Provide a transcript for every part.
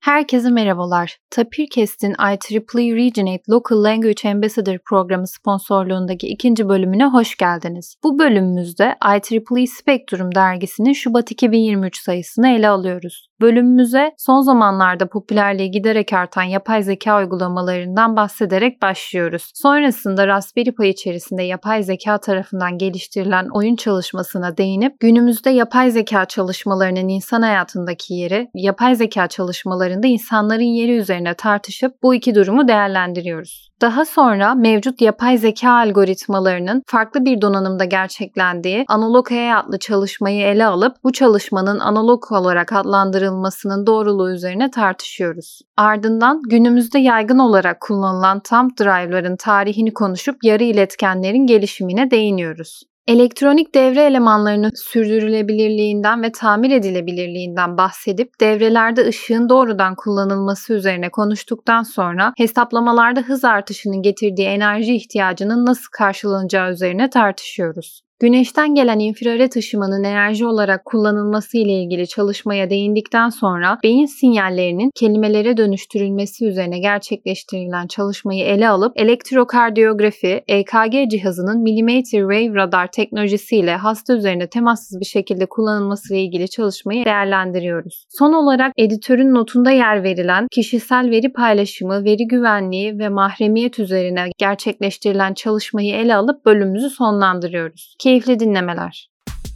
Herkese merhabalar. Tapirkest'in IEEE Regionate Local Language Ambassador programı sponsorluğundaki ikinci bölümüne hoş geldiniz. Bu bölümümüzde IEEE Spectrum dergisinin Şubat 2023 sayısını ele alıyoruz. Bölümümüze son zamanlarda popülerliği giderek artan yapay zeka uygulamalarından bahsederek başlıyoruz. Sonrasında Raspberry Pi içerisinde yapay zeka tarafından geliştirilen oyun çalışmasına değinip günümüzde yapay zeka çalışmalarının insan hayatındaki yeri, yapay zeka çalışmalarında insanların yeri üzerine tartışıp bu iki durumu değerlendiriyoruz. Daha sonra mevcut yapay zeka algoritmalarının farklı bir donanımda gerçeklendiği Analog AI adlı çalışmayı ele alıp bu çalışmanın analog olarak adlandırılmasının doğruluğu üzerine tartışıyoruz. Ardından günümüzde yaygın olarak kullanılan thumb drive'ların tarihini konuşup yarı iletkenlerin gelişimine değiniyoruz. Elektronik devre elemanlarının sürdürülebilirliğinden ve tamir edilebilirliğinden bahsedip devrelerde ışığın doğrudan kullanılması üzerine konuştuktan sonra hesaplamalarda hız artışının getirdiği enerji ihtiyacının nasıl karşılanacağı üzerine tartışıyoruz. Güneşten gelen infrared ışımanın enerji olarak kullanılması ile ilgili çalışmaya değindikten sonra beyin sinyallerinin kelimelere dönüştürülmesi üzerine gerçekleştirilen çalışmayı ele alıp elektrokardiyografi, EKG cihazının millimeter wave radar teknolojisiyle hasta üzerine temassız bir şekilde kullanılması ile ilgili çalışmayı değerlendiriyoruz. Son olarak editörün notunda yer verilen kişisel veri paylaşımı, veri güvenliği ve mahremiyet üzerine gerçekleştirilen çalışmayı ele alıp bölümümüzü sonlandırıyoruz. Keyifli dinlemeler.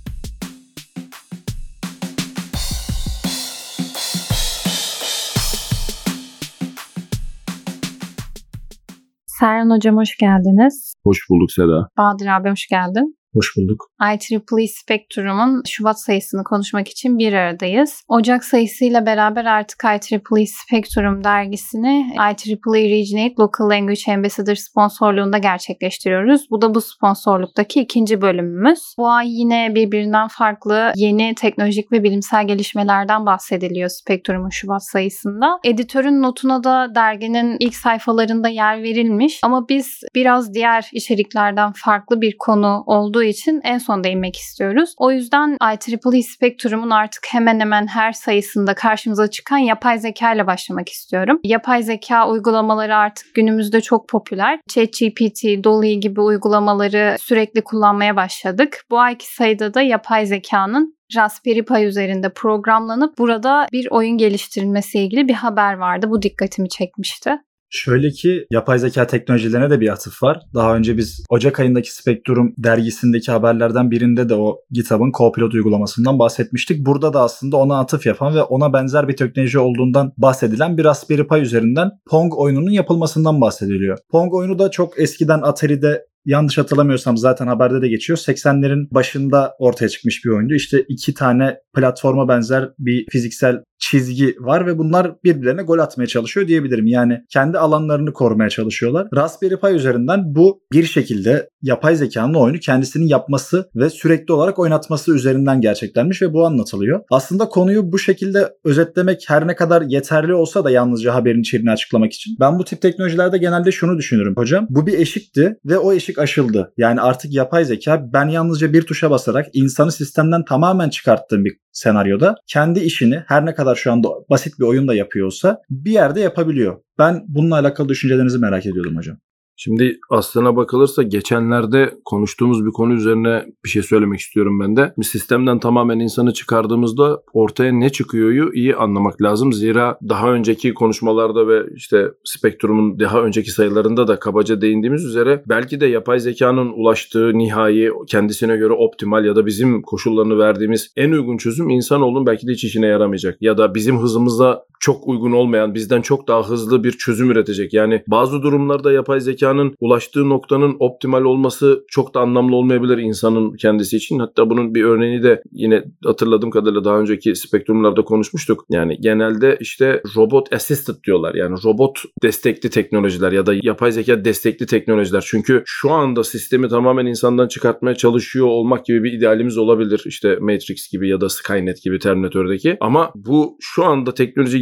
Serhan Hocam hoş geldiniz. Hoş bulduk Seda. Bahadır abi hoş geldin. Hoş bulduk. IEEE Spectrum'un Şubat sayısını konuşmak için bir aradayız. Ocak sayısıyla beraber artık IEEE Spectrum dergisini IEEE Regionate Local Language Ambassador sponsorluğunda gerçekleştiriyoruz. Bu da bu sponsorluktaki ikinci bölümümüz. Bu ay yine birbirinden farklı yeni teknolojik ve bilimsel gelişmelerden bahsediliyor Spectrum'un Şubat sayısında. Editörün notuna da derginin ilk sayfalarında yer verilmiş ama biz biraz diğer içeriklerden farklı bir konu olduğu için en son değinmek istiyoruz. O yüzden IEEE Spectrum'un artık hemen hemen her sayısında karşımıza çıkan yapay zeka ile başlamak istiyorum. Yapay zeka uygulamaları artık günümüzde çok popüler. ChatGPT, DALL-E gibi uygulamaları sürekli kullanmaya başladık. Bu ayki sayıda da yapay zekanın Raspberry Pi üzerinde programlanıp burada bir oyun geliştirilmesiyle ilgili bir haber vardı. Bu dikkatimi çekmişti. Şöyle ki yapay zeka teknolojilerine de bir atıf var. Daha önce biz Ocak ayındaki Spectrum dergisindeki haberlerden birinde de o GitHub'ın Copilot uygulamasından bahsetmiştik. Burada da aslında ona atıf yapan ve ona benzer bir teknoloji olduğundan bahsedilen bir Raspberry Pi üzerinden Pong oyununun yapılmasından bahsediliyor. Pong oyunu da çok eskiden Atari'de, yanlış hatırlamıyorsam zaten haberde de geçiyor, 80'lerin başında ortaya çıkmış bir oyundu. İşte iki tane platforma benzer bir fiziksel çizgi var ve bunlar birbirlerine gol atmaya çalışıyor diyebilirim. Yani kendi alanlarını korumaya çalışıyorlar. Raspberry Pi üzerinden bu bir şekilde yapay zekanın oyunu kendisinin yapması ve sürekli olarak oynatması üzerinden gerçeklenmiş ve bu anlatılıyor. Aslında konuyu bu şekilde özetlemek her ne kadar yeterli olsa da yalnızca haberin içeriğini açıklamak için. Ben bu tip teknolojilerde genelde şunu düşünürüm hocam. Bu bir eşikti ve o eşik aşıldı. Yani artık yapay zeka ben yalnızca bir tuşa basarak insanı sistemden tamamen çıkarttığım bir senaryoda kendi işini her ne kadar şu anda basit bir oyun da yapıyor olsa bir yerde yapabiliyor. Ben bununla alakalı düşüncelerinizi merak ediyordum hocam. Şimdi aslına bakılırsa geçenlerde konuştuğumuz bir konu üzerine bir şey söylemek istiyorum ben de. Bir sistemden tamamen insanı çıkardığımızda ortaya ne çıkıyoryu iyi anlamak lazım. Zira daha önceki konuşmalarda ve işte Spectrum'un daha önceki sayılarında da kabaca değindiğimiz üzere belki de yapay zekanın ulaştığı nihai kendisine göre optimal ya da bizim koşullarını verdiğimiz en uygun çözüm insanoğlunun belki de hiç işine yaramayacak. Ya da bizim hızımıza çok uygun olmayan, bizden çok daha hızlı bir çözüm üretecek. Yani bazı durumlarda yapay zekanın ulaştığı noktanın optimal olması çok da anlamlı olmayabilir insanın kendisi için. Hatta bunun bir örneğini de yine hatırladığım kadarıyla daha önceki spektrumlarda konuşmuştuk. Yani genelde işte robot assisted diyorlar. Yani robot destekli teknolojiler ya da yapay zeka destekli teknolojiler. Çünkü şu anda sistemi tamamen insandan çıkartmaya çalışıyor olmak gibi bir idealimiz olabilir. İşte Matrix gibi ya da Skynet gibi Terminator'daki. Ama bu şu anda teknoloji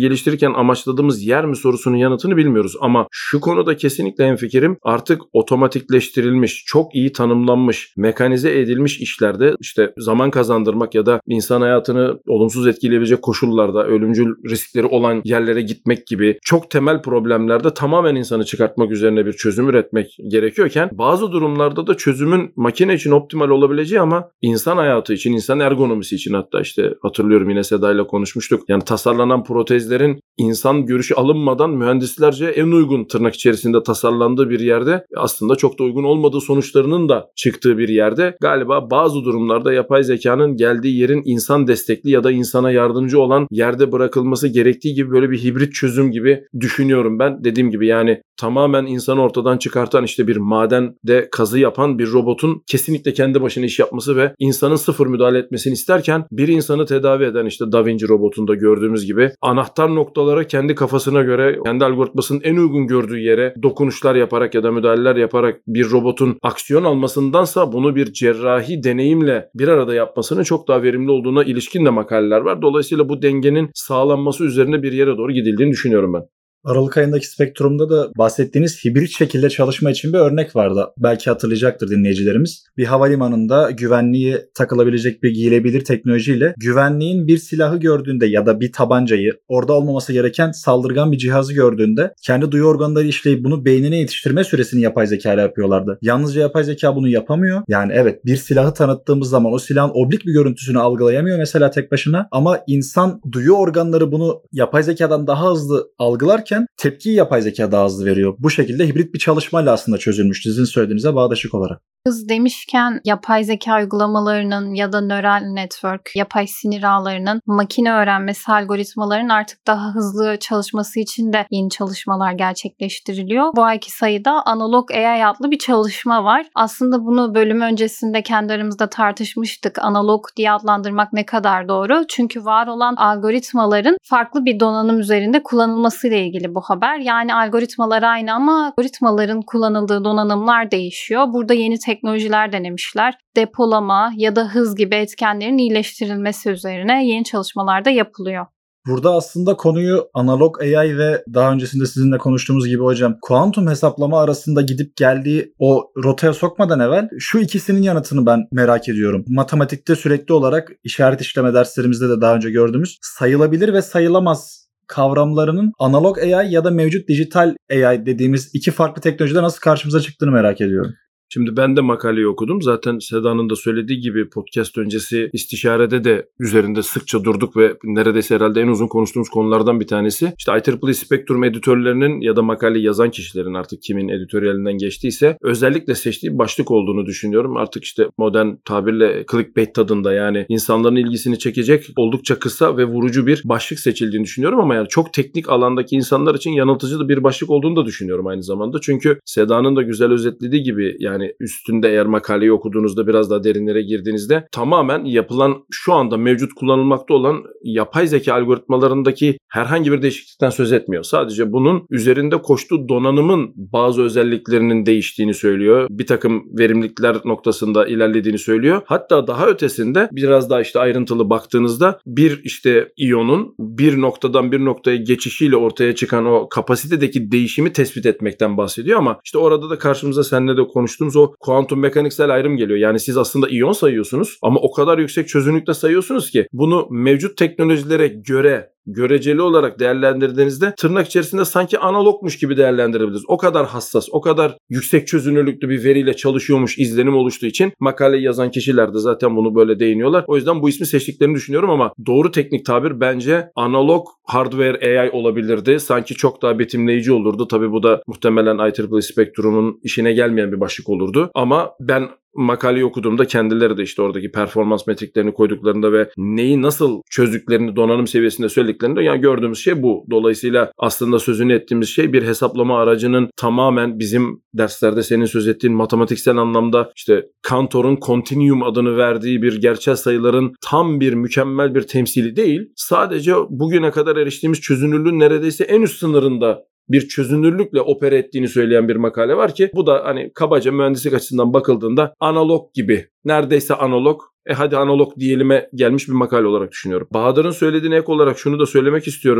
geliştirirken amaçladığımız yer mi sorusunun yanıtını bilmiyoruz. Ama şu konuda kesinlikle hemfikirim. Artık otomatikleştirilmiş, çok iyi tanımlanmış, mekanize edilmiş işlerde işte zaman kazandırmak ya da insan hayatını olumsuz etkileyebilecek koşullarda ölümcül riskleri olan yerlere gitmek gibi çok temel problemlerde tamamen insanı çıkartmak üzerine bir çözüm üretmek gerekiyorken bazı durumlarda da çözümün makine için optimal olabileceği ama insan hayatı için, insan ergonomisi için, hatta işte hatırlıyorum yine Seda'yla konuşmuştuk. Yani tasarlanan protezlerin insan görüşü alınmadan mühendislerce en uygun tırnak içerisinde tasarlandığı bir yerde aslında çok da uygun olmadığı sonuçlarının da çıktığı bir yerde galiba bazı durumlarda yapay zekanın geldiği yerin insan destekli ya da insana yardımcı olan yerde bırakılması gerektiği gibi böyle bir hibrit çözüm gibi düşünüyorum ben. Dediğim gibi yani tamamen insanı ortadan çıkartan işte bir madende kazı yapan bir robotun kesinlikle kendi başına iş yapması ve insanın sıfır müdahale etmesini isterken bir insanı tedavi eden işte Da Vinci robotunda gördüğümüz gibi anahtar noktalara kendi kafasına göre kendi algoritmasının en uygun gördüğü yere dokunuşlar yaparak ya da müdahaleler yaparak bir robotun aksiyon almasındansa bunu bir cerrahi deneyimle bir arada yapmasının çok daha verimli olduğuna ilişkin de makaleler var. Dolayısıyla bu dengenin sağlanması üzerine bir yere doğru gidildiğini düşünüyorum ben. Aralık ayındaki Spektrum'da da bahsettiğiniz hibrit şekilde çalışma için bir örnek vardı. Belki hatırlayacaktır dinleyicilerimiz. Bir havalimanında güvenliğe takılabilecek bir giyilebilir teknolojiyle güvenliğin bir silahı gördüğünde ya da bir tabancayı, orada olmaması gereken saldırgan bir cihazı gördüğünde kendi duyu organları işleyip bunu beynine yetiştirme süresini yapay zeka ile yapıyorlardı. Yalnızca yapay zeka bunu yapamıyor. Yani evet, bir silahı tanıttığımız zaman o silahın oblik bir görüntüsünü algılayamıyor mesela tek başına, ama insan duyu organları bunu yapay zekadan daha hızlı algılarken tepkiyi yapay zeka daha hızlı veriyor. Bu şekilde hibrit bir çalışmayla aslında çözülmüş, sizin söylediğinize bağdaşık olarak. Hız demişken yapay zeka uygulamalarının ya da nöral network, yapay sinir ağlarının makine öğrenmesi algoritmalarının artık daha hızlı çalışması için de yeni çalışmalar gerçekleştiriliyor. Bu ayki sayıda Analog AI adlı bir çalışma var. Aslında bunu bölüm öncesinde kendi aramızda tartışmıştık. Analog diye adlandırmak ne kadar doğru? Çünkü var olan algoritmaların farklı bir donanım üzerinde kullanılmasıyla ilgili bu haber. Yani algoritmalar aynı ama algoritmaların kullanıldığı donanımlar değişiyor. Burada yeni teknolojiler denemişler. Depolama ya da hız gibi etkenlerin iyileştirilmesi üzerine yeni çalışmalar da yapılıyor. Burada aslında konuyu analog AI ve daha öncesinde sizinle konuştuğumuz gibi hocam kuantum hesaplama arasında gidip geldiği o rotaya sokmadan evvel şu ikisinin yanıtını ben merak ediyorum. Matematikte sürekli olarak işaret işleme derslerimizde de daha önce gördüğümüz sayılabilir ve sayılamaz kavramlarının analog AI ya da mevcut dijital AI dediğimiz iki farklı teknolojide nasıl karşımıza çıktığını merak ediyorum. Şimdi ben de makaleyi okudum. Zaten Seda'nın da söylediği gibi podcast öncesi istişarede de üzerinde sıkça durduk ve neredeyse herhalde en uzun konuştuğumuz konulardan bir tanesi. İşte IEEE Spectrum editörlerinin ya da makaleyi yazan kişilerin artık kimin editoryalinden geçtiyse özellikle seçtiği başlık olduğunu düşünüyorum. Artık işte modern tabirle clickbait tadında, yani insanların ilgisini çekecek oldukça kısa ve vurucu bir başlık seçildiğini düşünüyorum ama yani çok teknik alandaki insanlar için yanıltıcı da bir başlık olduğunu da düşünüyorum aynı zamanda. Çünkü Seda'nın da güzel özetlediği gibi yani üstünde eğer makaleyi okuduğunuzda biraz daha derinlere girdiğinizde tamamen yapılan şu anda mevcut kullanılmakta olan yapay zeka algoritmalarındaki herhangi bir değişiklikten söz etmiyor. Sadece bunun üzerinde koştuğu donanımın bazı özelliklerinin değiştiğini söylüyor. Bir takım verimlilikler noktasında ilerlediğini söylüyor. Hatta daha ötesinde biraz daha işte ayrıntılı baktığınızda bir işte iyonun bir noktadan bir noktaya geçişiyle ortaya çıkan o kapasitedeki değişimi tespit etmekten bahsediyor ama işte orada da karşımıza seninle de konuştuğumuz o kuantum mekaniksel ayrım geliyor. Yani siz aslında iyon sayıyorsunuz ama o kadar yüksek çözünürlükte sayıyorsunuz ki bunu mevcut teknolojilere göre göreceli olarak değerlendirdiğinizde tırnak içerisinde sanki analogmuş gibi değerlendirebiliriz. O kadar hassas, o kadar yüksek çözünürlüklü bir veriyle çalışıyormuş izlenim oluştuğu için makaleyi yazan kişiler de zaten bunu böyle değiniyorlar. O yüzden bu ismi seçtiklerini düşünüyorum ama doğru teknik tabir bence analog hardware AI olabilirdi. Sanki çok daha betimleyici olurdu. Tabii bu da muhtemelen IEEE Spectrum'un işine gelmeyen bir başlık olurdu. Ama ben makaleyi okuduğumda kendileri de işte oradaki performans metriklerini koyduklarında ve neyi nasıl çözdüklerini donanım seviyesinde söylediklerinde yani gördüğümüz şey bu. Dolayısıyla aslında sözünü ettiğimiz şey bir hesaplama aracının tamamen bizim derslerde senin söz ettiğin matematiksel anlamda işte Cantor'un Continuum adını verdiği bir gerçel sayıların tam bir mükemmel bir temsili değil. Sadece bugüne kadar eriştiğimiz çözünürlüğün neredeyse en üst sınırında bir çözünürlükle opere ettiğini söyleyen bir makale var ki bu da hani kabaca mühendislik açısından bakıldığında analog gibi, neredeyse analog, hadi analog diyelim'e gelmiş bir makale olarak düşünüyorum. Bahadır'ın söylediğine ek olarak şunu da söylemek istiyorum.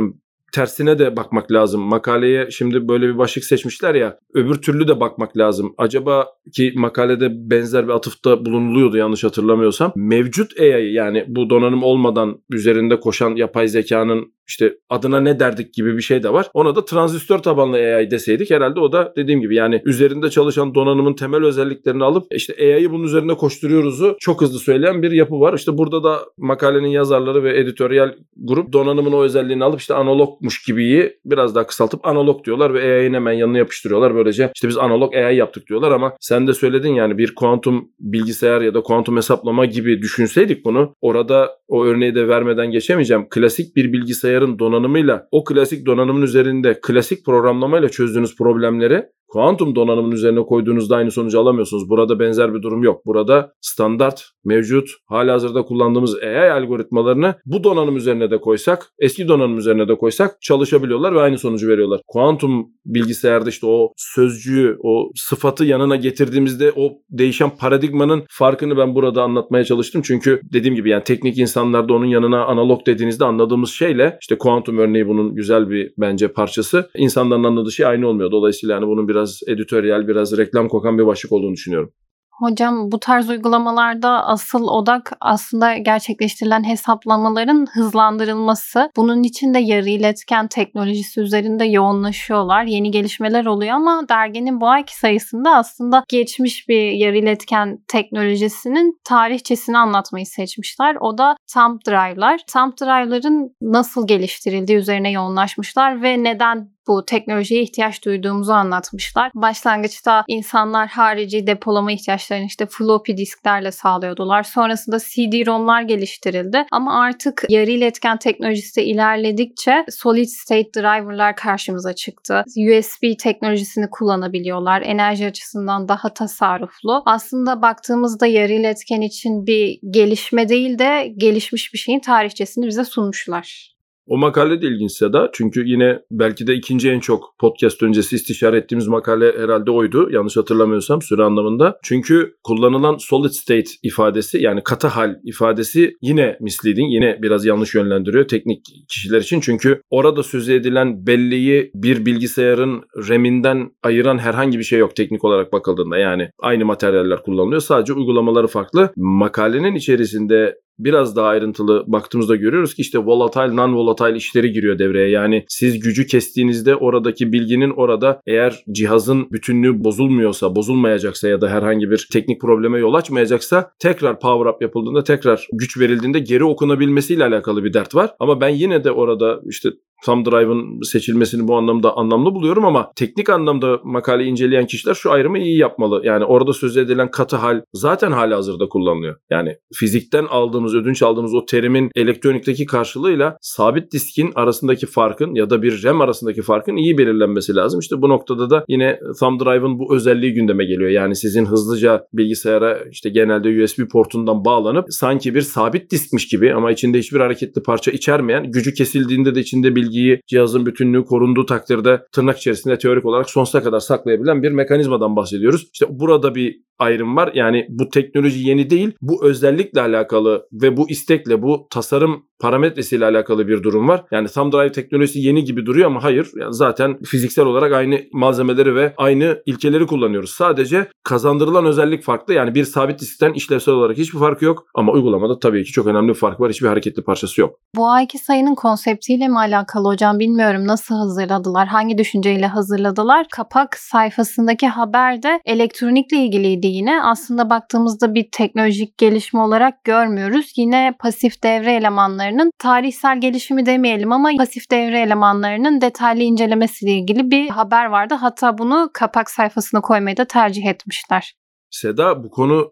tersine de bakmak lazım. Makaleye şimdi böyle bir başlık seçmişler ya, öbür türlü de bakmak lazım. Acaba ki makalede benzer bir atıfta bulunuluyordu yanlış hatırlamıyorsam. Mevcut AI, yani bu donanım olmadan üzerinde koşan yapay zekanın işte adına ne derdik gibi bir şey de var. Ona da transistör tabanlı AI deseydik herhalde o da dediğim gibi yani üzerinde çalışan donanımın temel özelliklerini alıp işte AI'yi bunun üzerinde koşturuyoruzu çok hızlı söyleyen bir yapı var. İşte burada da makalenin yazarları ve editoryal grup donanımın o özelliğini alıp işte analogmuş gibiyi biraz daha kısaltıp analog diyorlar ve AI'nin hemen yanına yapıştırıyorlar. Böylece işte biz analog AI yaptık diyorlar ama sen de söyledin yani bir kuantum bilgisayar ya da kuantum hesaplama gibi düşünseydik bunu, orada o örneği de vermeden geçemeyeceğim. Klasik bir bilgisayarın donanımıyla o klasik donanımın üzerinde klasik programlamayla çözdüğünüz problemleri kuantum donanımın üzerine koyduğunuzda aynı sonucu alamıyorsunuz. Burada benzer bir durum yok. Burada standart, mevcut, halihazırda kullandığımız AI algoritmalarını bu donanım üzerine de koysak, eski donanım üzerine de koysak çalışabiliyorlar ve aynı sonucu veriyorlar. Kuantum bilgisayarda işte o sözcüğü, o sıfatı yanına getirdiğimizde o değişen paradigmanın farkını ben burada anlatmaya çalıştım. Çünkü dediğim gibi yani teknik insanlarda onun yanına analog dediğinizde anladığımız şeyle işte kuantum örneği bunun güzel bir bence parçası. İnsanların anladığı şey aynı olmuyor. Dolayısıyla yani bunun biraz editoryal, biraz reklam kokan bir başlık olduğunu düşünüyorum. Hocam bu tarz uygulamalarda asıl odak aslında gerçekleştirilen hesaplamaların hızlandırılması. Bunun için de yarı iletken teknolojisi üzerinde yoğunlaşıyorlar. Yeni gelişmeler oluyor ama derginin bu ayki sayısında aslında geçmiş bir yarı iletken teknolojisinin tarihçesini anlatmayı seçmişler. O da thumb drive'lar. Thumb drive'ların nasıl geliştirildiği üzerine yoğunlaşmışlar ve neden bu teknolojiye ihtiyaç duyduğumuzu anlatmışlar. Başlangıçta insanlar harici depolama ihtiyaçlarını işte floppy disklerle sağlıyordular. Sonrasında CD-ROM'lar geliştirildi. Ama artık yarı iletken teknolojisi ilerledikçe solid state driver'lar karşımıza çıktı. USB teknolojisini kullanabiliyorlar. Enerji açısından daha tasarruflu. Aslında baktığımızda yarı iletken için bir gelişme değil de gelişmiş bir şeyin tarihçesini bize sunmuşlar. O makale de ilginç Seda. Çünkü yine belki de ikinci en çok podcast öncesi istişare ettiğimiz makale herhalde oydu. Yanlış hatırlamıyorsam süre anlamında. Çünkü kullanılan solid state ifadesi, yani katı hal ifadesi yine misleading, yine biraz yanlış yönlendiriyor teknik kişiler için. Çünkü orada söz edilen belleği bir bilgisayarın RAM'inden ayıran herhangi bir şey yok teknik olarak bakıldığında. Yani aynı materyaller kullanılıyor. Sadece uygulamaları farklı. Makalenin içerisinde biraz daha ayrıntılı baktığımızda görüyoruz ki işte volatile, non-volatile işleri giriyor devreye. Yani siz gücü kestiğinizde oradaki bilginin orada eğer cihazın bütünlüğü bozulmuyorsa, bozulmayacaksa ya da herhangi bir teknik probleme yol açmayacaksa tekrar power up yapıldığında, tekrar güç verildiğinde geri okunabilmesiyle alakalı bir dert var. Ama ben yine de orada işte thumb drive'ın seçilmesini bu anlamda anlamlı buluyorum ama teknik anlamda makaleyi inceleyen kişiler şu ayrımı iyi yapmalı. Yani orada söz edilen katı hal zaten halihazırda kullanılıyor. Yani fizikten aldığımız, ödünç aldığımız o terimin elektronikteki karşılığıyla sabit diskin arasındaki farkın ya da bir RAM arasındaki farkın iyi belirlenmesi lazım. İşte bu noktada da yine thumb drive'ın bu özelliği gündeme geliyor. Yani sizin hızlıca bilgisayara işte genelde USB portundan bağlanıp sanki bir sabit diskmiş gibi ama içinde hiçbir hareketli parça içermeyen, gücü kesildiğinde de içinde bilgiyi, cihazın bütünlüğü korunduğu takdirde tırnak içerisinde teorik olarak sonsuza kadar saklayabilen bir mekanizmadan bahsediyoruz. İşte burada bir ayrım var. Yani bu teknoloji yeni değil. Bu özellikle alakalı ve bu istekle, bu tasarım parametresiyle alakalı bir durum var. Yani thumb drive teknolojisi yeni gibi duruyor ama hayır. Yani zaten fiziksel olarak aynı malzemeleri ve aynı ilkeleri kullanıyoruz. Sadece kazandırılan özellik farklı. Yani bir sabit diskten işlevsel olarak hiçbir farkı yok. Ama uygulamada tabii ki çok önemli bir fark var. Hiçbir hareketli parçası yok. Bu ayki sayının konseptiyle mi alakalı hocam bilmiyorum. Nasıl hazırladılar? Hangi düşünceyle hazırladılar? Kapak sayfasındaki haber de elektronikle ilgiliydi yine. Aslında baktığımızda bir teknolojik gelişme olarak görmüyoruz. Yine pasif devre elemanlarının tarihsel gelişimi demeyelim ama pasif devre elemanlarının detaylı incelemesiyle ilgili bir haber vardı. Hatta bunu kapak sayfasına koymayı da tercih etmişler. Seda, bu konu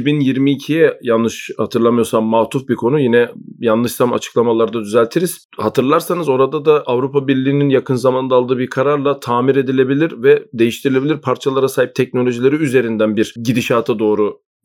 2022'ye yanlış hatırlamıyorsam matuf bir konu. Yine yanlışsam açıklamalarda düzeltiriz. Hatırlarsanız orada da Avrupa Birliği'nin yakın zamanda aldığı bir kararla tamir edilebilir ve değiştirilebilir parçalara sahip teknolojileri üzerinden bir gidişata doğru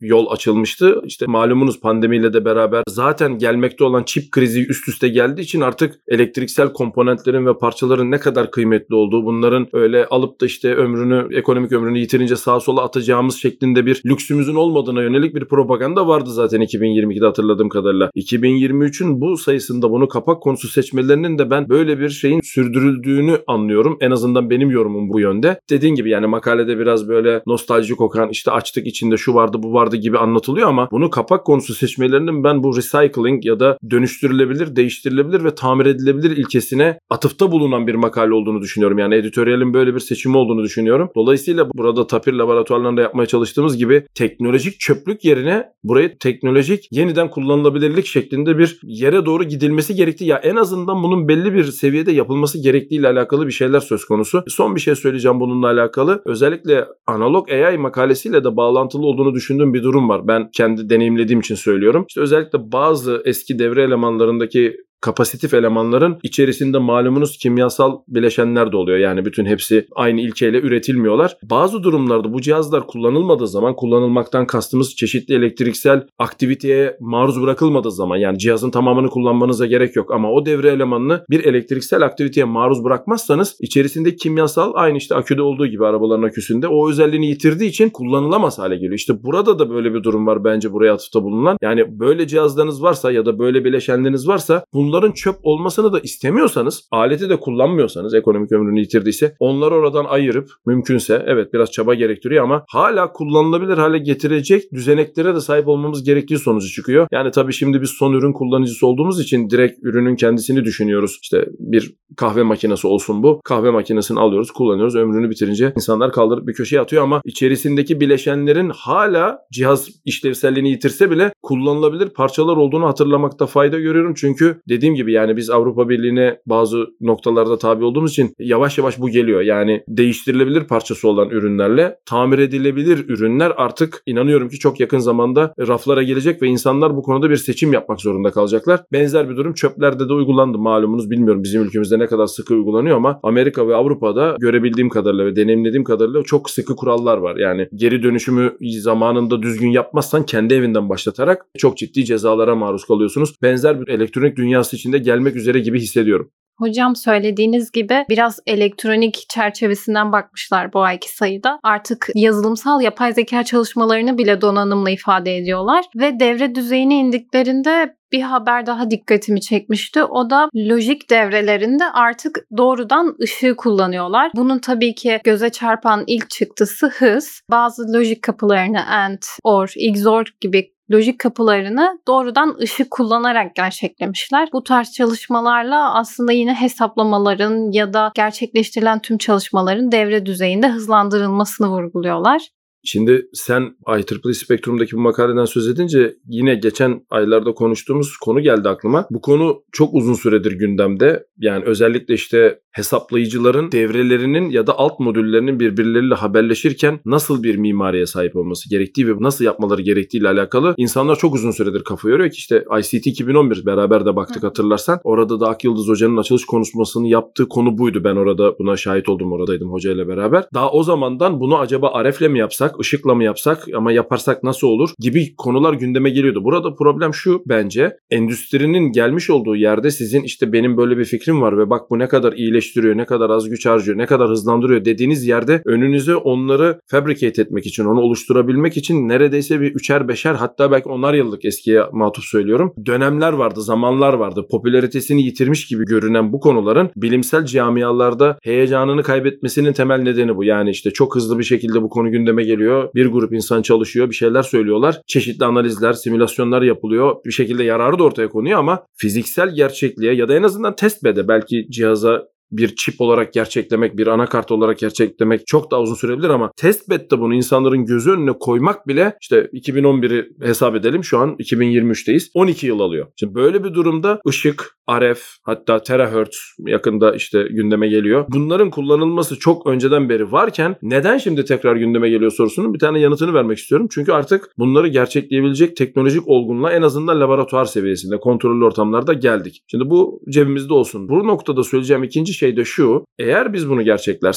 yol açılmıştı. İşte malumunuz pandemiyle de beraber zaten gelmekte olan çip krizi üst üste geldiği için artık elektriksel komponentlerin ve parçaların ne kadar kıymetli olduğu, bunların öyle alıp da işte ekonomik ömrünü yitirince sağa sola atacağımız şeklinde bir lüksümüzün olmadığına yönelik bir propaganda vardı zaten 2022'de hatırladığım kadarıyla. 2023'ün bu sayısında bunu kapak konusu seçmelerinin de ben böyle bir şeyin sürdürüldüğünü anlıyorum. En azından benim yorumum bu yönde. Dediğin gibi yani makalede biraz böyle nostalji kokan, işte açtık içinde şu vardı bu vardı gibi anlatılıyor ama bunu kapak konusu seçmelerinin ben bu recycling ya da dönüştürülebilir, değiştirilebilir ve tamir edilebilir ilkesine atıfta bulunan bir makale olduğunu düşünüyorum. Yani editoryalin böyle bir seçimi olduğunu düşünüyorum. Dolayısıyla burada Tapir laboratuvarlarında yapmaya çalıştığımız gibi teknolojik çöplük yerine burayı teknolojik yeniden kullanılabilirlik şeklinde bir yere doğru gidilmesi gerektiği, ya en azından bunun belli bir seviyede yapılması gerektiğiyle alakalı bir şeyler söz konusu. Son bir şey söyleyeceğim bununla alakalı. Özellikle analog AI makalesiyle de bağlantılı olduğunu düşündüğüm bir durum var. Ben kendi deneyimlediğim için söylüyorum. İşte özellikle bazı eski devre elemanlarındaki kapasitif elemanların içerisinde malumunuz kimyasal bileşenler de oluyor. Yani bütün hepsi aynı ilkeyle üretilmiyorlar. Bazı durumlarda bu cihazlar kullanılmadığı zaman, kullanılmaktan kastımız çeşitli elektriksel aktiviteye maruz bırakılmadığı zaman, yani cihazın tamamını kullanmanıza gerek yok ama o devre elemanını bir elektriksel aktiviteye maruz bırakmazsanız içerisindeki kimyasal aynı işte aküde olduğu gibi arabaların aküsünde o özelliğini yitirdiği için kullanılamaz hale geliyor. İşte burada da böyle bir durum var bence buraya atıfta bulunan. Yani böyle cihazlarınız varsa ya da böyle bileşenleriniz varsa bunların çöp olmasını da istemiyorsanız, aleti de kullanmıyorsanız, ekonomik ömrünü yitirdiyse onları oradan ayırıp mümkünse, evet biraz çaba gerektiriyor ama hala kullanılabilir hale getirecek düzeneklere de sahip olmamız gerektiği sonucu çıkıyor. Yani tabii şimdi biz son ürün kullanıcısı olduğumuz için direkt ürünün kendisini düşünüyoruz. İşte bir kahve makinesi olsun bu. Kahve makinesini alıyoruz, kullanıyoruz. Ömrünü bitirince insanlar kaldırıp bir köşeye atıyor ama içerisindeki bileşenlerin hala cihaz işlevselliğini yitirse bile kullanılabilir parçalar olduğunu hatırlamakta fayda görüyorum. Çünkü dediğim gibi yani biz Avrupa Birliği'ne bazı noktalarda tabi olduğumuz için yavaş yavaş bu geliyor. Yani değiştirilebilir parçası olan ürünlerle tamir edilebilir ürünler artık inanıyorum ki çok yakın zamanda raflara gelecek ve insanlar bu konuda bir seçim yapmak zorunda kalacaklar. Benzer bir durum çöplerde de uygulandı malumunuz. Bilmiyorum bizim ülkemizde ne kadar sıkı uygulanıyor ama Amerika ve Avrupa'da görebildiğim kadarıyla ve deneyimlediğim kadarıyla çok sıkı kurallar var. Yani geri dönüşümü zamanında düzgün yapmazsan kendi evinden başlatarak çok ciddi cezalara maruz kalıyorsunuz. Benzer bir elektronik dünyası içinde gelmek üzere gibi hissediyorum. Hocam söylediğiniz gibi biraz elektronik çerçevesinden bakmışlar bu ayki sayıda. Artık yazılımsal yapay zeka çalışmalarını bile donanımla ifade ediyorlar ve devre düzeyine indiklerinde bir haber daha dikkatimi çekmişti. O da lojik devrelerinde artık doğrudan ışığı kullanıyorlar. Bunun tabii ki göze çarpan ilk çıktısı hız. Bazı lojik kapılarını AND, OR, XOR gibi lojik kapılarını doğrudan ışık kullanarak gerçeklemişler. Bu tarz çalışmalarla aslında yine hesaplamaların ya da gerçekleştirilen tüm çalışmaların devre düzeyinde hızlandırılmasını vurguluyorlar. Şimdi sen IEEE Spektrum'daki bu makaleden söz edince yine geçen aylarda konuştuğumuz konu geldi aklıma. Bu konu çok uzun süredir gündemde. Yani özellikle işte hesaplayıcıların devrelerinin ya da alt modüllerinin birbirleriyle haberleşirken nasıl bir mimariye sahip olması gerektiği ve nasıl yapmaları gerektiğiyle alakalı insanlar çok uzun süredir kafa yoruyor ki işte ICT 2011 beraber de baktık hatırlarsan. Orada da Akyıldız Hoca'nın açılış konuşmasını yaptığı konu buydu. Ben orada buna şahit oldum, oradaydım hocayla beraber. Daha o zamandan bunu acaba RF'le mi yapsak, ışıkla mı yapsak ama yaparsak nasıl olur gibi konular gündeme geliyordu. Burada problem şu bence, endüstrinin gelmiş olduğu yerde sizin işte benim böyle bir fikrim var ve bak bu ne kadar iyileştiriyor, ne kadar az güç harcıyor, ne kadar hızlandırıyor dediğiniz yerde önünüze onları fabricate etmek için, onu oluşturabilmek için neredeyse bir 3'er 5'er hatta belki 10'ar yıllık, eskiye matuf söylüyorum, dönemler vardı, zamanlar vardı. Popülaritesini yitirmiş gibi görünen bu konuların bilimsel camialarda heyecanını kaybetmesinin temel nedeni bu. Yani işte çok hızlı bir şekilde bu konu gündeme geliyor. Bir grup insan çalışıyor, bir şeyler söylüyorlar. Çeşitli analizler, simülasyonlar yapılıyor. Bir şekilde yararı da ortaya konuyor ama fiziksel gerçekliğe ya da en azından testbed'e belki cihaza bir çip olarak gerçeklemek, bir anakart olarak gerçeklemek çok daha uzun sürebilir ama testbed'de bunu insanların gözü önüne koymak bile işte 2011'i hesap edelim, şu an 2023'teyiz. 12 yıl alıyor. Şimdi böyle bir durumda ışık, RF, hatta terahertz yakında işte gündeme geliyor. Bunların kullanılması çok önceden beri varken neden şimdi tekrar gündeme geliyor sorusunun bir tane yanıtını vermek istiyorum. Çünkü artık bunları gerçekleyebilecek teknolojik olgunluğa en azından laboratuvar seviyesinde, kontrollü ortamlarda geldik. Şimdi bu cebimizde olsun. Bu noktada söyleyeceğim ikinci şey de şu: eğer biz bunu gerçeklersek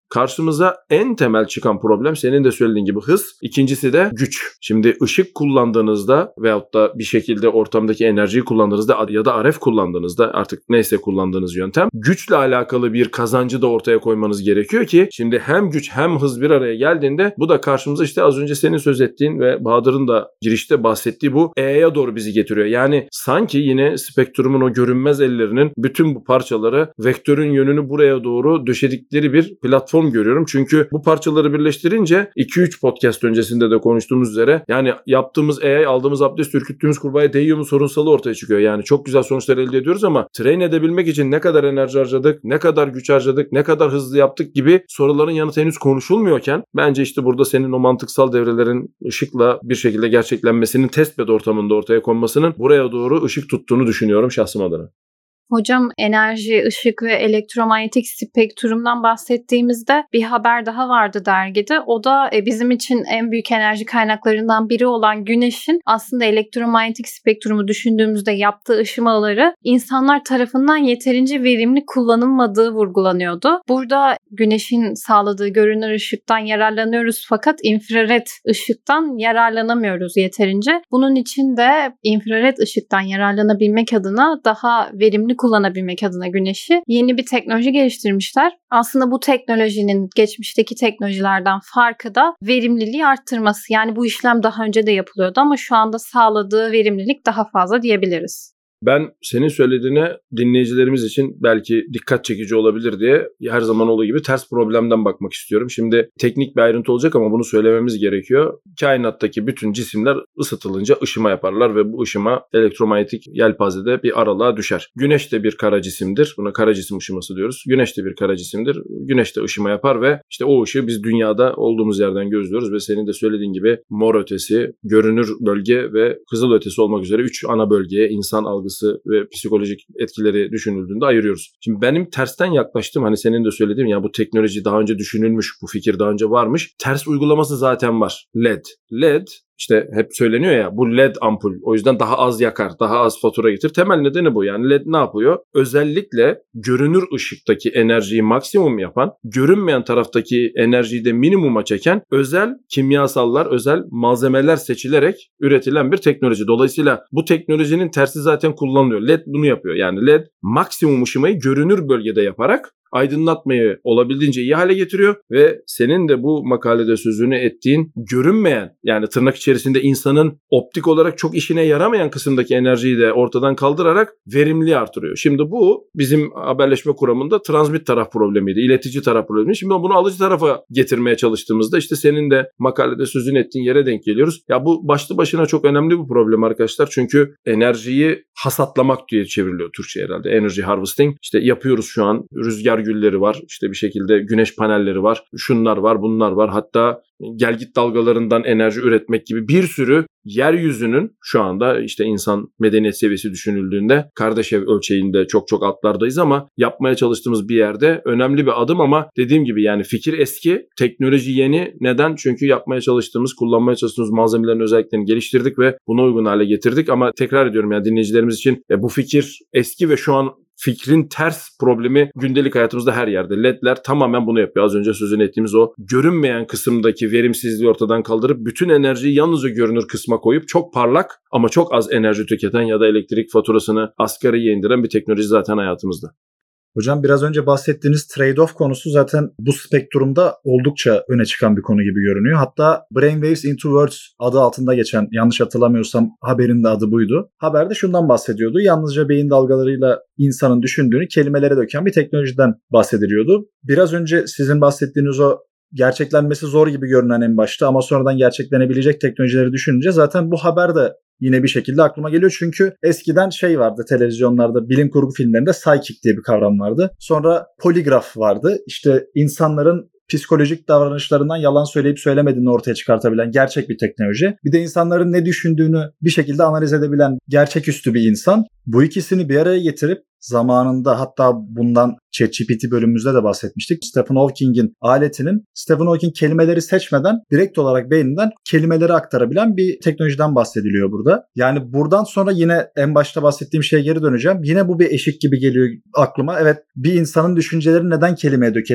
Karşımıza en temel çıkan problem senin de söylediğin gibi hız. İkincisi de güç. Şimdi ışık kullandığınızda veyahut da bir şekilde ortamdaki enerjiyi kullandığınızda ya da RF kullandığınızda artık neyse kullandığınız yöntem güçle alakalı bir kazancı da ortaya koymanız gerekiyor ki şimdi hem güç hem hız bir araya geldiğinde bu da karşımıza işte az önce senin söz ettiğin ve Bahadır'ın da girişte bahsettiği bu E'ye doğru bizi getiriyor. Yani sanki yine spektrumun o görünmez ellerinin bütün bu parçaları vektörün yönünü buraya doğru döşedikleri bir platform görüyorum. Çünkü bu parçaları birleştirince 2-3 podcast öncesinde de konuştuğumuz üzere yani yaptığımız aldığımız abdest, ürküttüğümüz kurbağaya değiyor mu sorunsalı ortaya çıkıyor. Yani çok güzel sonuçlar elde ediyoruz ama train edebilmek için ne kadar enerji harcadık, ne kadar güç harcadık, ne kadar hızlı yaptık gibi soruların yanıtı henüz konuşulmuyorken bence işte burada senin o mantıksal devrelerin ışıkla bir şekilde gerçeklenmesinin testbed ortamında ortaya konmasının buraya doğru ışık tuttuğunu düşünüyorum şahsım adına. Hocam enerji, ışık ve elektromanyetik spektrumdan bahsettiğimizde bir haber daha vardı dergide. O da bizim için en büyük enerji kaynaklarından biri olan güneşin aslında elektromanyetik spektrumu düşündüğümüzde yaptığı ışımaları insanlar tarafından yeterince verimli kullanılmadığı vurgulanıyordu. Burada güneşin sağladığı görünür ışıktan yararlanıyoruz fakat infrared ışıktan yararlanamıyoruz yeterince. Bunun için de infrared ışıktan yararlanabilmek adına daha verimli kullanabilmek adına güneşi yeni bir teknoloji geliştirmişler. Aslında bu teknolojinin geçmişteki teknolojilerden farkı da verimliliği arttırması. Yani bu işlem daha önce de yapılıyordu ama şu anda sağladığı verimlilik daha fazla diyebiliriz. Ben senin söylediğine dinleyicilerimiz için belki dikkat çekici olabilir diye her zaman olduğu gibi ters problemden bakmak istiyorum. Şimdi teknik bir ayrıntı olacak ama bunu söylememiz gerekiyor. Kainattaki bütün cisimler ısıtılınca ışıma yaparlar ve bu ışıma elektromanyetik yelpazede bir aralığa düşer. Güneş de bir kara cisimdir. Buna kara cisim ışıması diyoruz. Güneş de bir kara cisimdir. Güneş de ışıma yapar ve işte o ışığı biz dünyada olduğumuz yerden gözlüyoruz ve senin de söylediğin gibi mor ötesi, görünür bölge ve kızıl ötesi olmak üzere 3 ana bölgeye insan algısı ve psikolojik etkileri düşünüldüğünde ayırıyoruz. Şimdi benim tersten yaklaştım. Hani senin de söylediğin ya bu teknoloji daha önce düşünülmüş, bu fikir daha önce varmış. Ters uygulaması zaten var. LED İşte hep söyleniyor ya bu LED ampul o yüzden daha az yakar, daha az fatura getirir. Temel nedeni bu. Yani LED ne yapıyor? Özellikle görünür ışıktaki enerjiyi maksimum yapan, görünmeyen taraftaki enerjiyi de minimuma çeken özel kimyasallar, özel malzemeler seçilerek üretilen bir teknoloji. Dolayısıyla bu teknolojinin tersi zaten kullanılıyor. LED bunu yapıyor. Yani LED maksimum ışımayı görünür bölgede yaparak aydınlatmayı olabildiğince iyi hale getiriyor ve senin de bu makalede sözünü ettiğin görünmeyen yani tırnak içerisinde insanın optik olarak çok işine yaramayan kısımdaki enerjiyi de ortadan kaldırarak verimliliği artırıyor. Şimdi bu bizim haberleşme kuramında transmit taraf problemiydi, iletici taraf problemiydi. Şimdi bunu alıcı tarafa getirmeye çalıştığımızda işte senin de makalede sözünü ettiğin yere denk geliyoruz. Ya bu başlı başına çok önemli bir problem arkadaşlar. Çünkü enerjiyi hasatlamak diye çevriliyor Türkçe herhalde. Energy harvesting. İşte yapıyoruz şu an. Rüzgar gülleri var. İşte bir şekilde güneş panelleri var. Şunlar var, bunlar var. Hatta gelgit dalgalarından enerji üretmek gibi bir sürü yeryüzünün şu anda işte insan medeniyet seviyesi düşünüldüğünde Kardashev ölçeğinde çok altlardayız ama yapmaya çalıştığımız bir yerde önemli bir adım ama dediğim gibi yani fikir eski, teknoloji yeni. Neden? Çünkü yapmaya çalıştığımız, kullanmaya çalıştığımız malzemelerin özelliklerini geliştirdik ve buna uygun hale getirdik ama tekrar ediyorum yani dinleyicilerimiz için bu fikir eski ve şu an fikrin ters problemi gündelik hayatımızda her yerde. LED'ler tamamen bunu yapıyor. Az önce sözünü ettiğimiz o görünmeyen kısımdaki verimsizliği ortadan kaldırıp bütün enerjiyi yalnızca görünür kısma koyup çok parlak ama çok az enerji tüketen ya da elektrik faturasını asgariye indiren bir teknoloji zaten hayatımızda. Hocam biraz önce bahsettiğiniz trade-off konusu zaten bu spektrumda oldukça öne çıkan bir konu gibi görünüyor. Hatta Brainwaves into Words adı altında geçen, yanlış hatırlamıyorsam haberin de adı buydu. Haberde şundan bahsediyordu. Yalnızca beyin dalgalarıyla insanın düşündüğünü kelimelere döken bir teknolojiden bahsediliyordu. Biraz önce sizin bahsettiğiniz o gerçeklenmesi zor gibi görünen en başta ama sonradan gerçeklenebilecek teknolojileri düşününce zaten bu haber de yine bir şekilde aklıma geliyor. Çünkü eskiden vardı televizyonlarda, bilim kurgu filmlerinde psychic diye bir kavram vardı. Sonra poligraf vardı. İşte insanların psikolojik davranışlarından yalan söyleyip söylemediğini ortaya çıkartabilen gerçek bir teknoloji. Bir de insanların ne düşündüğünü bir şekilde analiz edebilen gerçeküstü bir insan. Bu ikisini bir araya getirip zamanında hatta bundan ChatGPT bölümümüzde de bahsetmiştik. Stephen Hawking'in aletinin Stephen Hawking kelimeleri seçmeden direkt olarak beyninden kelimeleri aktarabilen bir teknolojiden bahsediliyor burada. Yani buradan sonra yine en başta bahsettiğim şeye geri döneceğim. Yine bu bir eşik gibi geliyor aklıma. Evet, bir insanın düşüncelerini neden kelimeye dökelim?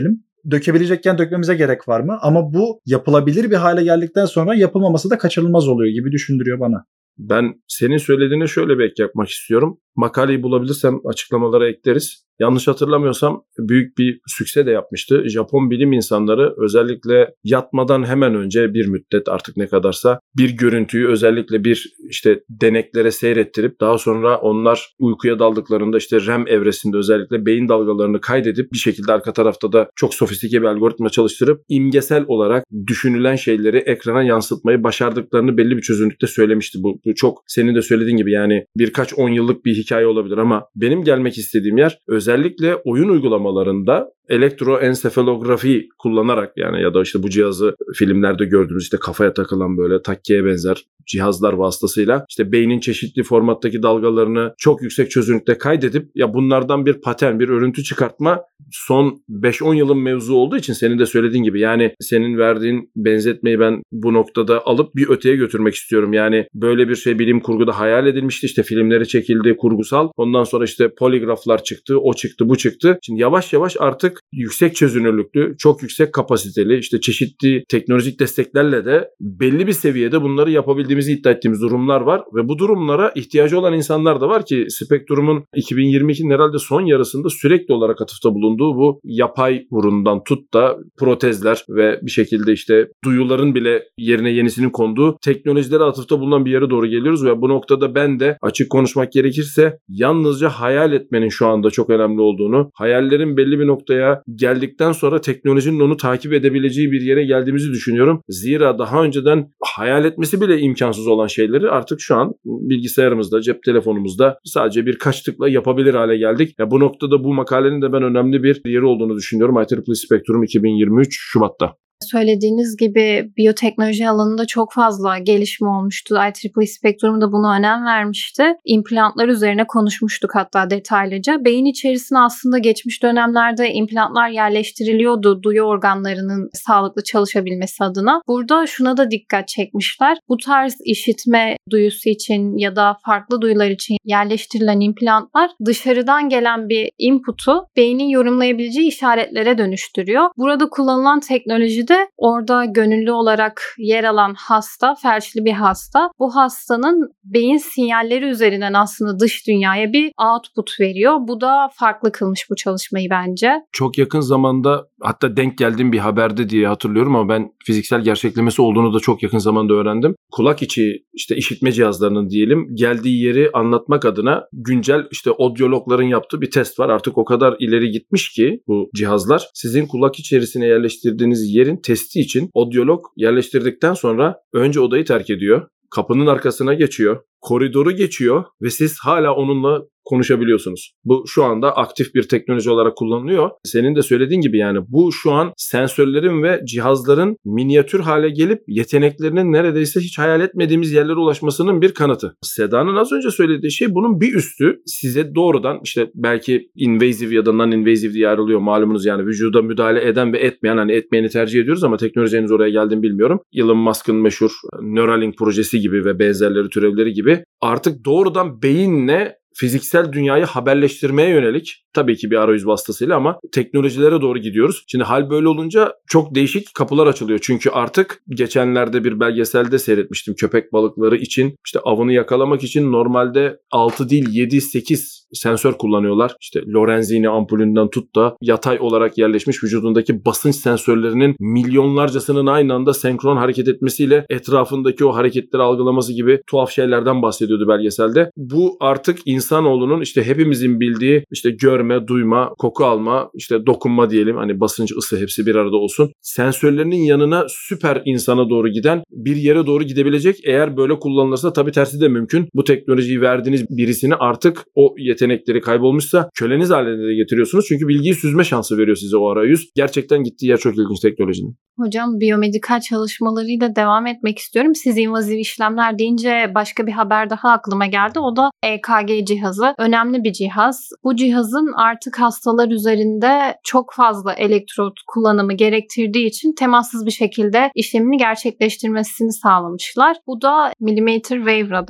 dökebilecekken dökmemize gerek var mı? Ama bu yapılabilir bir hale geldikten sonra yapılmaması da kaçınılmaz oluyor gibi düşündürüyor bana. Ben senin söylediğine şöyle bir ek yapmak istiyorum. Makaleyi bulabilirsem açıklamalara ekleriz. Yanlış hatırlamıyorsam büyük bir sükse de yapmıştı. Japon bilim insanları özellikle yatmadan hemen önce bir müddet, artık ne kadarsa, bir görüntüyü özellikle bir deneklere seyrettirip daha sonra onlar uykuya daldıklarında REM evresinde özellikle beyin dalgalarını kaydedip bir şekilde arka tarafta da çok sofistike bir algoritma çalıştırıp imgesel olarak düşünülen şeyleri ekrana yansıtmayı başardıklarını belli bir çözünürlükte söylemişti. Bu çok senin de söylediğin gibi yani birkaç 10 yıllık bir hikaye olabilir ama benim gelmek istediğim yer özellikle oyun uygulamalarında elektroensefalografi kullanarak, yani ya da bu cihazı filmlerde gördüğümüz kafaya takılan böyle takkiye benzer cihazlar vasıtasıyla beynin çeşitli formattaki dalgalarını çok yüksek çözünürlükte kaydedip bunlardan bir patern, bir örüntü çıkartma son 5-10 yılın mevzu olduğu için senin de söylediğin gibi yani senin verdiğin benzetmeyi ben bu noktada alıp bir öteye götürmek istiyorum. Yani böyle bir şey bilim kurguda hayal edilmişti. Filmleri çekildi, kurgusal. Ondan sonra poligraflar çıktı, o çıktı, bu çıktı. Şimdi yavaş yavaş artık yüksek çözünürlüklü, çok yüksek kapasiteli, çeşitli teknolojik desteklerle de belli bir seviyede bunları yapabildiğimizi iddia ettiğimiz durumlar var ve bu durumlara ihtiyacı olan insanlar da var ki Spectrum'un 2022'nin herhalde son yarısında sürekli olarak atıfta bulunduğu bu yapay burundan tut da protezler ve bir şekilde duyuların bile yerine yenisinin konduğu teknolojilere atıfta bulunan bir yere doğru geliyoruz ve bu noktada ben de açık konuşmak gerekirse yalnızca hayal etmenin şu anda çok önemli olduğunu, hayallerin belli bir noktaya geldikten sonra teknolojinin onu takip edebileceği bir yere geldiğimizi düşünüyorum. Zira daha önceden hayal etmesi bile imkansız olan şeyleri artık şu an bilgisayarımızda, cep telefonumuzda sadece birkaç tıkla yapabilir hale geldik. Bu noktada bu makalenin de ben önemli bir yeri olduğunu düşünüyorum. IEEE Spectrum 2023 Şubat'ta. Söylediğiniz gibi biyoteknoloji alanında çok fazla gelişme olmuştu. IEEE Spectrum da buna önem vermişti. İmplantlar üzerine konuşmuştuk hatta detaylıca. Beyin içerisine aslında geçmiş dönemlerde implantlar yerleştiriliyordu duyu organlarının sağlıklı çalışabilmesi adına. Burada şuna da dikkat çekmişler. Bu tarz işitme duyusu için ya da farklı duyular için yerleştirilen implantlar dışarıdan gelen bir input'u beynin yorumlayabileceği işaretlere dönüştürüyor. Burada kullanılan teknoloji de orada gönüllü olarak yer alan hasta, felçli bir hasta. Bu hastanın beyin sinyalleri üzerinden aslında dış dünyaya bir output veriyor. Bu da farklı kılmış bu çalışmayı bence. Çok yakın zamanda hatta denk geldiğim bir haberde diye hatırlıyorum ama ben fiziksel gerçeklemesi olduğunu da çok yakın zamanda öğrendim. Kulak içi işitme cihazlarının diyelim geldiği yeri anlatmak adına güncel odyologların yaptığı bir test var. Artık o kadar ileri gitmiş ki bu cihazlar sizin kulak içerisine yerleştirdiğiniz yerin testi için odyolog yerleştirdikten sonra önce odayı terk ediyor. Kapının arkasına geçiyor. Koridoru geçiyor ve siz hala onunla konuşabiliyorsunuz. Bu şu anda aktif bir teknoloji olarak kullanılıyor. Senin de söylediğin gibi yani bu şu an sensörlerin ve cihazların minyatür hale gelip yeteneklerinin neredeyse hiç hayal etmediğimiz yerlere ulaşmasının bir kanıtı. Seda'nın az önce söylediği şey bunun bir üstü. Size doğrudan belki invasive ya da non-invasive diye ayrılıyor malumunuz, yani vücuda müdahale eden ve etmeyen, etmeyeni tercih ediyoruz ama teknoloji henüz oraya geldiğini bilmiyorum. Elon Musk'ın meşhur Neuralink projesi gibi ve benzerleri, türevleri gibi artık doğrudan beyinle fiziksel dünyayı haberleştirmeye yönelik, tabii ki bir arayüz vasıtasıyla ama teknolojilere doğru gidiyoruz. Şimdi hal böyle olunca çok değişik kapılar açılıyor. Çünkü artık geçenlerde bir belgeselde seyretmiştim. Köpek balıkları için avını yakalamak için normalde 6 değil 7-8 sensör kullanıyorlar. Lorenzini ampulünden tut da yatay olarak yerleşmiş vücudundaki basınç sensörlerinin milyonlarcasının aynı anda senkron hareket etmesiyle etrafındaki o hareketleri algılaması gibi tuhaf şeylerden bahsediyordu belgeselde. Bu artık insanoğlunun hepimizin bildiği görme, duyma, koku alma, dokunma diyelim, basınç, ısı hepsi bir arada olsun. Sensörlerinin yanına süper insana doğru giden bir yere doğru gidebilecek. Eğer böyle kullanılırsa tabii tersi de mümkün. Bu teknolojiyi verdiğiniz birisini artık o yetenekleri kaybolmuşsa köleniz haline de getiriyorsunuz. Çünkü bilgiyi süzme şansı veriyor size o arayüz. Gerçekten gittiği yer çok ilginç teknolojinin. Hocam biyomedikal çalışmalarıyla devam etmek istiyorum. Siz invaziv işlemler deyince başka bir haber daha aklıma geldi. O da EKG cihazı. Önemli bir cihaz. Bu cihazın artık hastalar üzerinde çok fazla elektrot kullanımı gerektirdiği için temassız bir şekilde işlemini gerçekleştirmesini sağlamışlar. Bu da millimeter wave radar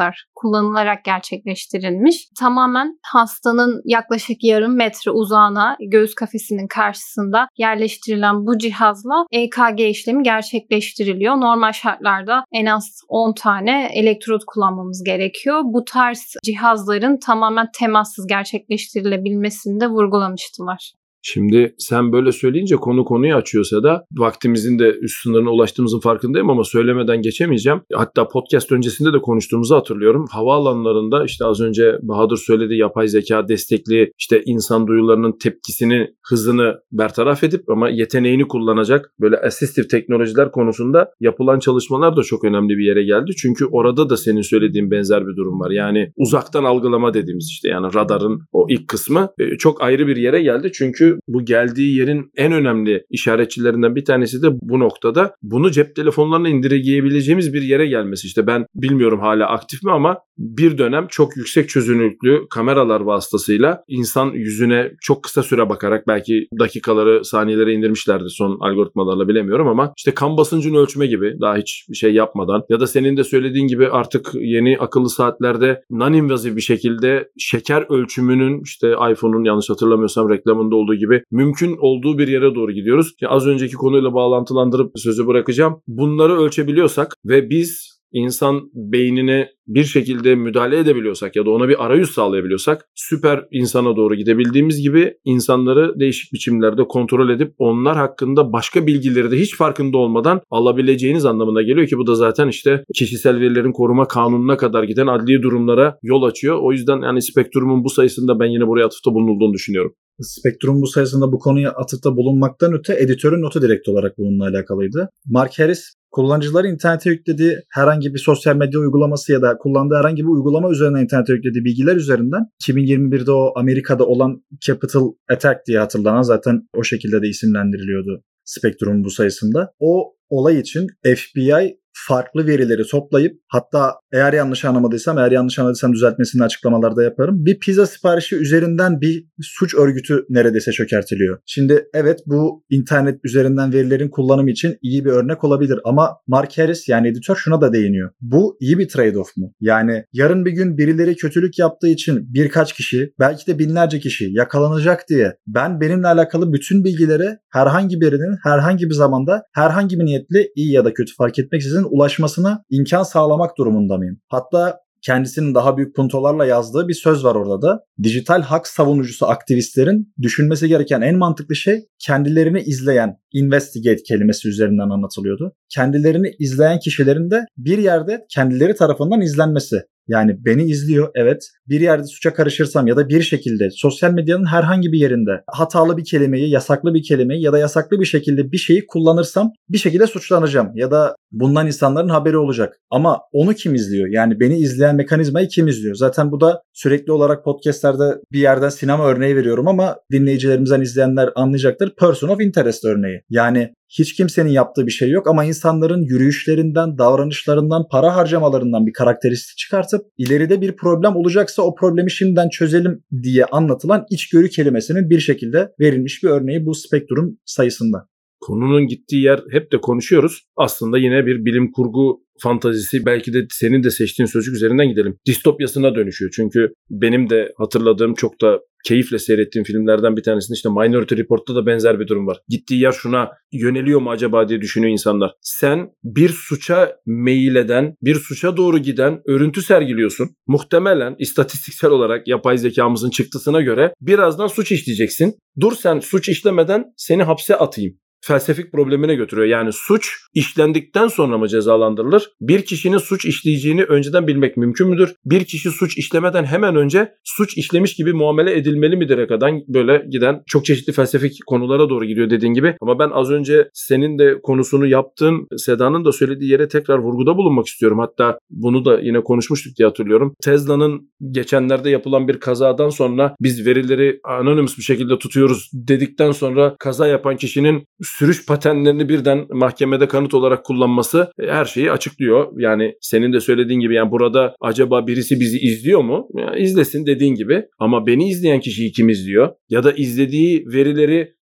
kullanılarak gerçekleştirilmiş. Tamamen hastanın yaklaşık yarım metre uzağına göğüs kafesinin karşısında yerleştirilen bu cihazla EKG işlemi gerçekleştiriliyor. Normal şartlarda en az 10 tane elektrot kullanmamız gerekiyor. Bu tarz cihazların tamamen temassız gerçekleştirilebilmesini de vurgulamıştılar. Şimdi sen böyle söyleyince konu konuyu açıyorsa da vaktimizin de üst sınırına ulaştığımızın farkındayım ama söylemeden geçemeyeceğim. Hatta podcast öncesinde de konuştuğumuzu hatırlıyorum. Havaalanlarında işte az önce Bahadır söyledi, yapay zeka destekli işte insan duyularının tepkisini, hızını bertaraf edip ama yeteneğini kullanacak böyle asistif teknolojiler konusunda yapılan çalışmalar da çok önemli bir yere geldi. Çünkü orada da senin söylediğin benzer bir durum var. Yani uzaktan algılama dediğimiz işte yani radarın o ilk kısmı çok ayrı bir yere geldi. Çünkü bu geldiği yerin en önemli işaretçilerinden bir tanesi de bu noktada bunu cep telefonlarına indirgeyebileceğimiz bir yere gelmesi. İşte ben bilmiyorum hala aktif mi ama bir dönem çok yüksek çözünürlüklü kameralar vasıtasıyla insan yüzüne çok kısa süre bakarak belki dakikaları, saniyeleri indirmişlerdi son algoritmalarla bilemiyorum ama işte kan basıncını ölçme gibi daha hiç bir şey yapmadan ya da senin de söylediğin gibi artık yeni akıllı saatlerde non-invasive bir şekilde şeker ölçümünün işte iPhone'un yanlış hatırlamıyorsam reklamında olduğu gibi mümkün olduğu bir yere doğru gidiyoruz. Şimdi az önceki konuyla bağlantılandırıp sözü bırakacağım. Bunları ölçebiliyorsak ve biz insan beynine bir şekilde müdahale edebiliyorsak ya da ona bir arayüz sağlayabiliyorsak süper insana doğru gidebildiğimiz gibi insanları değişik biçimlerde kontrol edip onlar hakkında başka bilgileri de hiç farkında olmadan alabileceğiniz anlamına geliyor ki bu da zaten işte kişisel verilerin koruma kanununa kadar giden adli durumlara yol açıyor. O yüzden yani Spektrumun bu sayısında ben yine buraya atıfta bulunulduğunu düşünüyorum. Spektrum bu sayısında bu konuya atıfta bulunmaktan öte editörün notu direkt olarak bununla alakalıydı. Mark Harris, kullanıcıların internete yüklediği herhangi bir sosyal medya uygulaması ya da kullandığı herhangi bir uygulama üzerinden internete yüklediği bilgiler üzerinden 2021'de o Amerika'da olan Capital Attack diye hatırlanan zaten o şekilde de isimlendiriliyordu Spektrum bu sayısında. O olay için FBI farklı verileri toplayıp hatta eğer yanlış anlamadıysam düzeltmesini açıklamalarda yaparım. Bir pizza siparişi üzerinden bir suç örgütü neredeyse çökertiliyor. Şimdi evet bu internet üzerinden verilerin kullanımı için iyi bir örnek olabilir ama Mark Harris yani editör şuna da değiniyor. Bu iyi bir trade-off mu? Yani yarın bir gün birileri kötülük yaptığı için birkaç kişi belki de binlerce kişi yakalanacak diye ben benimle alakalı bütün bilgilere herhangi birinin herhangi bir zamanda herhangi bir niyetle iyi ya da kötü fark etmeksizin ulaşmasına imkan sağlamak durumunda mıyım? Hatta kendisinin daha büyük puntolarla yazdığı bir söz var orada da. Dijital hak savunucusu aktivistlerin düşünmesi gereken en mantıklı şey kendilerini izleyen, investigate kelimesi üzerinden anlatılıyordu. Kendilerini izleyen kişilerin de bir yerde kendileri tarafından izlenmesi. Yani beni izliyor, evet. Bir yerde suça karışırsam ya da bir şekilde sosyal medyanın herhangi bir yerinde hatalı bir kelimeyi, yasaklı bir kelimeyi ya da yasaklı bir şekilde bir şeyi kullanırsam bir şekilde suçlanacağım ya da bundan insanların haberi olacak. Ama onu kim izliyor? Yani beni izleyen mekanizmayı kim izliyor? Zaten bu da sürekli olarak podcastlerde bir yerden sinema örneği veriyorum ama dinleyicilerimizden izleyenler anlayacaktır. Person of interest örneği. Yani hiç kimsenin yaptığı bir şey yok ama insanların yürüyüşlerinden, davranışlarından, para harcamalarından bir karakteristik çıkartıp ileride bir problem olacaksa o problemi şimdiden çözelim diye anlatılan içgörü kelimesinin bir şekilde verilmiş bir örneği bu spektrum sayısında. Konunun gittiği yer hep de konuşuyoruz. Aslında yine bir bilim kurgu fantazisi, belki de senin de seçtiğin sözcük üzerinden gidelim. Distopyasına dönüşüyor. Çünkü benim de hatırladığım çok da keyifle seyrettiğim filmlerden bir tanesinde işte Minority Report'ta da benzer bir durum var. Gittiği yer şuna yöneliyor mu acaba diye düşünüyor insanlar. Sen bir suça meyil eden, bir suça doğru giden örüntü sergiliyorsun. Muhtemelen istatistiksel olarak yapay zekamızın çıktısına göre birazdan suç işleyeceksin. Dur sen suç işlemeden seni hapse atayım. Felsefik problemine götürüyor. Yani suç işlendikten sonra mı cezalandırılır? Bir kişinin suç işleyeceğini önceden bilmek mümkün müdür? Bir kişi suç işlemeden hemen önce suç işlemiş gibi muamele edilmeli midir'e kadar böyle giden çok çeşitli felsefik konulara doğru gidiyor dediğin gibi. Ama ben az önce senin de konusunu yaptığın Seda'nın da söylediği yere tekrar vurguda bulunmak istiyorum. Hatta bunu da yine konuşmuştuk diye hatırlıyorum. Tesla'nın geçenlerde yapılan bir kazadan sonra biz verileri anonymous bir şekilde tutuyoruz dedikten sonra kaza yapan kişinin sürüş patenlerini birden mahkemede kanıt olarak kullanması her şeyi açıklıyor. Yani senin de söylediğin gibi yani burada acaba birisi bizi izliyor mu? Yani izlesin dediğin gibi ama beni izleyen kişiyi kim izliyor? Ya da izlediği verileri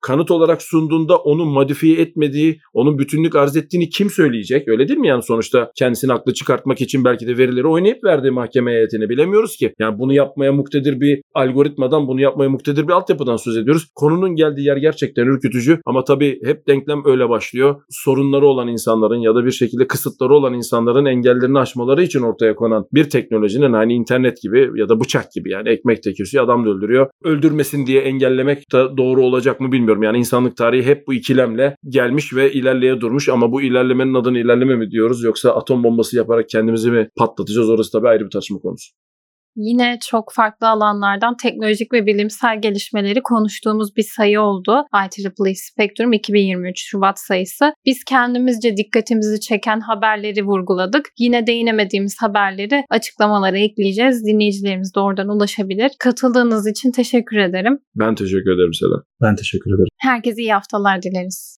kanıt olarak sunduğunda onu modifiye etmediği, onun bütünlük arz ettiğini kim söyleyecek? Öyle değil mi? Yani sonuçta kendisini haklı çıkartmak için belki de verileri oynayıp verdiği mahkeme heyetini bilemiyoruz ki. Yani bunu yapmaya muktedir bir algoritmadan, bunu yapmaya muktedir bir altyapıdan söz ediyoruz. Konunun geldiği yer gerçekten ürkütücü ama tabii hep denklem öyle başlıyor. Sorunları olan insanların ya da bir şekilde kısıtları olan insanların engellerini aşmaları için ortaya konan bir teknolojinin hani internet gibi ya da bıçak gibi, yani ekmek teküsü adam da öldürüyor. Öldürmesin diye engellemek de doğru olacak mı bilmiyorum. Yani insanlık tarihi hep bu ikilemle gelmiş ve ilerleye durmuş ama bu ilerlemenin adını ilerleme mi diyoruz yoksa atom bombası yaparak kendimizi mi patlatacağız? Orası tabii ayrı bir tartışma konusu. Yine çok farklı alanlardan teknolojik ve bilimsel gelişmeleri konuştuğumuz bir sayı oldu. IEEE Spectrum 2023 Şubat sayısı. Biz kendimizce dikkatimizi çeken haberleri vurguladık. Yine değinemediğimiz haberleri açıklamalara ekleyeceğiz. Dinleyicilerimiz de oradan ulaşabilir. Katıldığınız için teşekkür ederim. Ben teşekkür ederim Seda. Ben teşekkür ederim. Herkese iyi haftalar dileriz.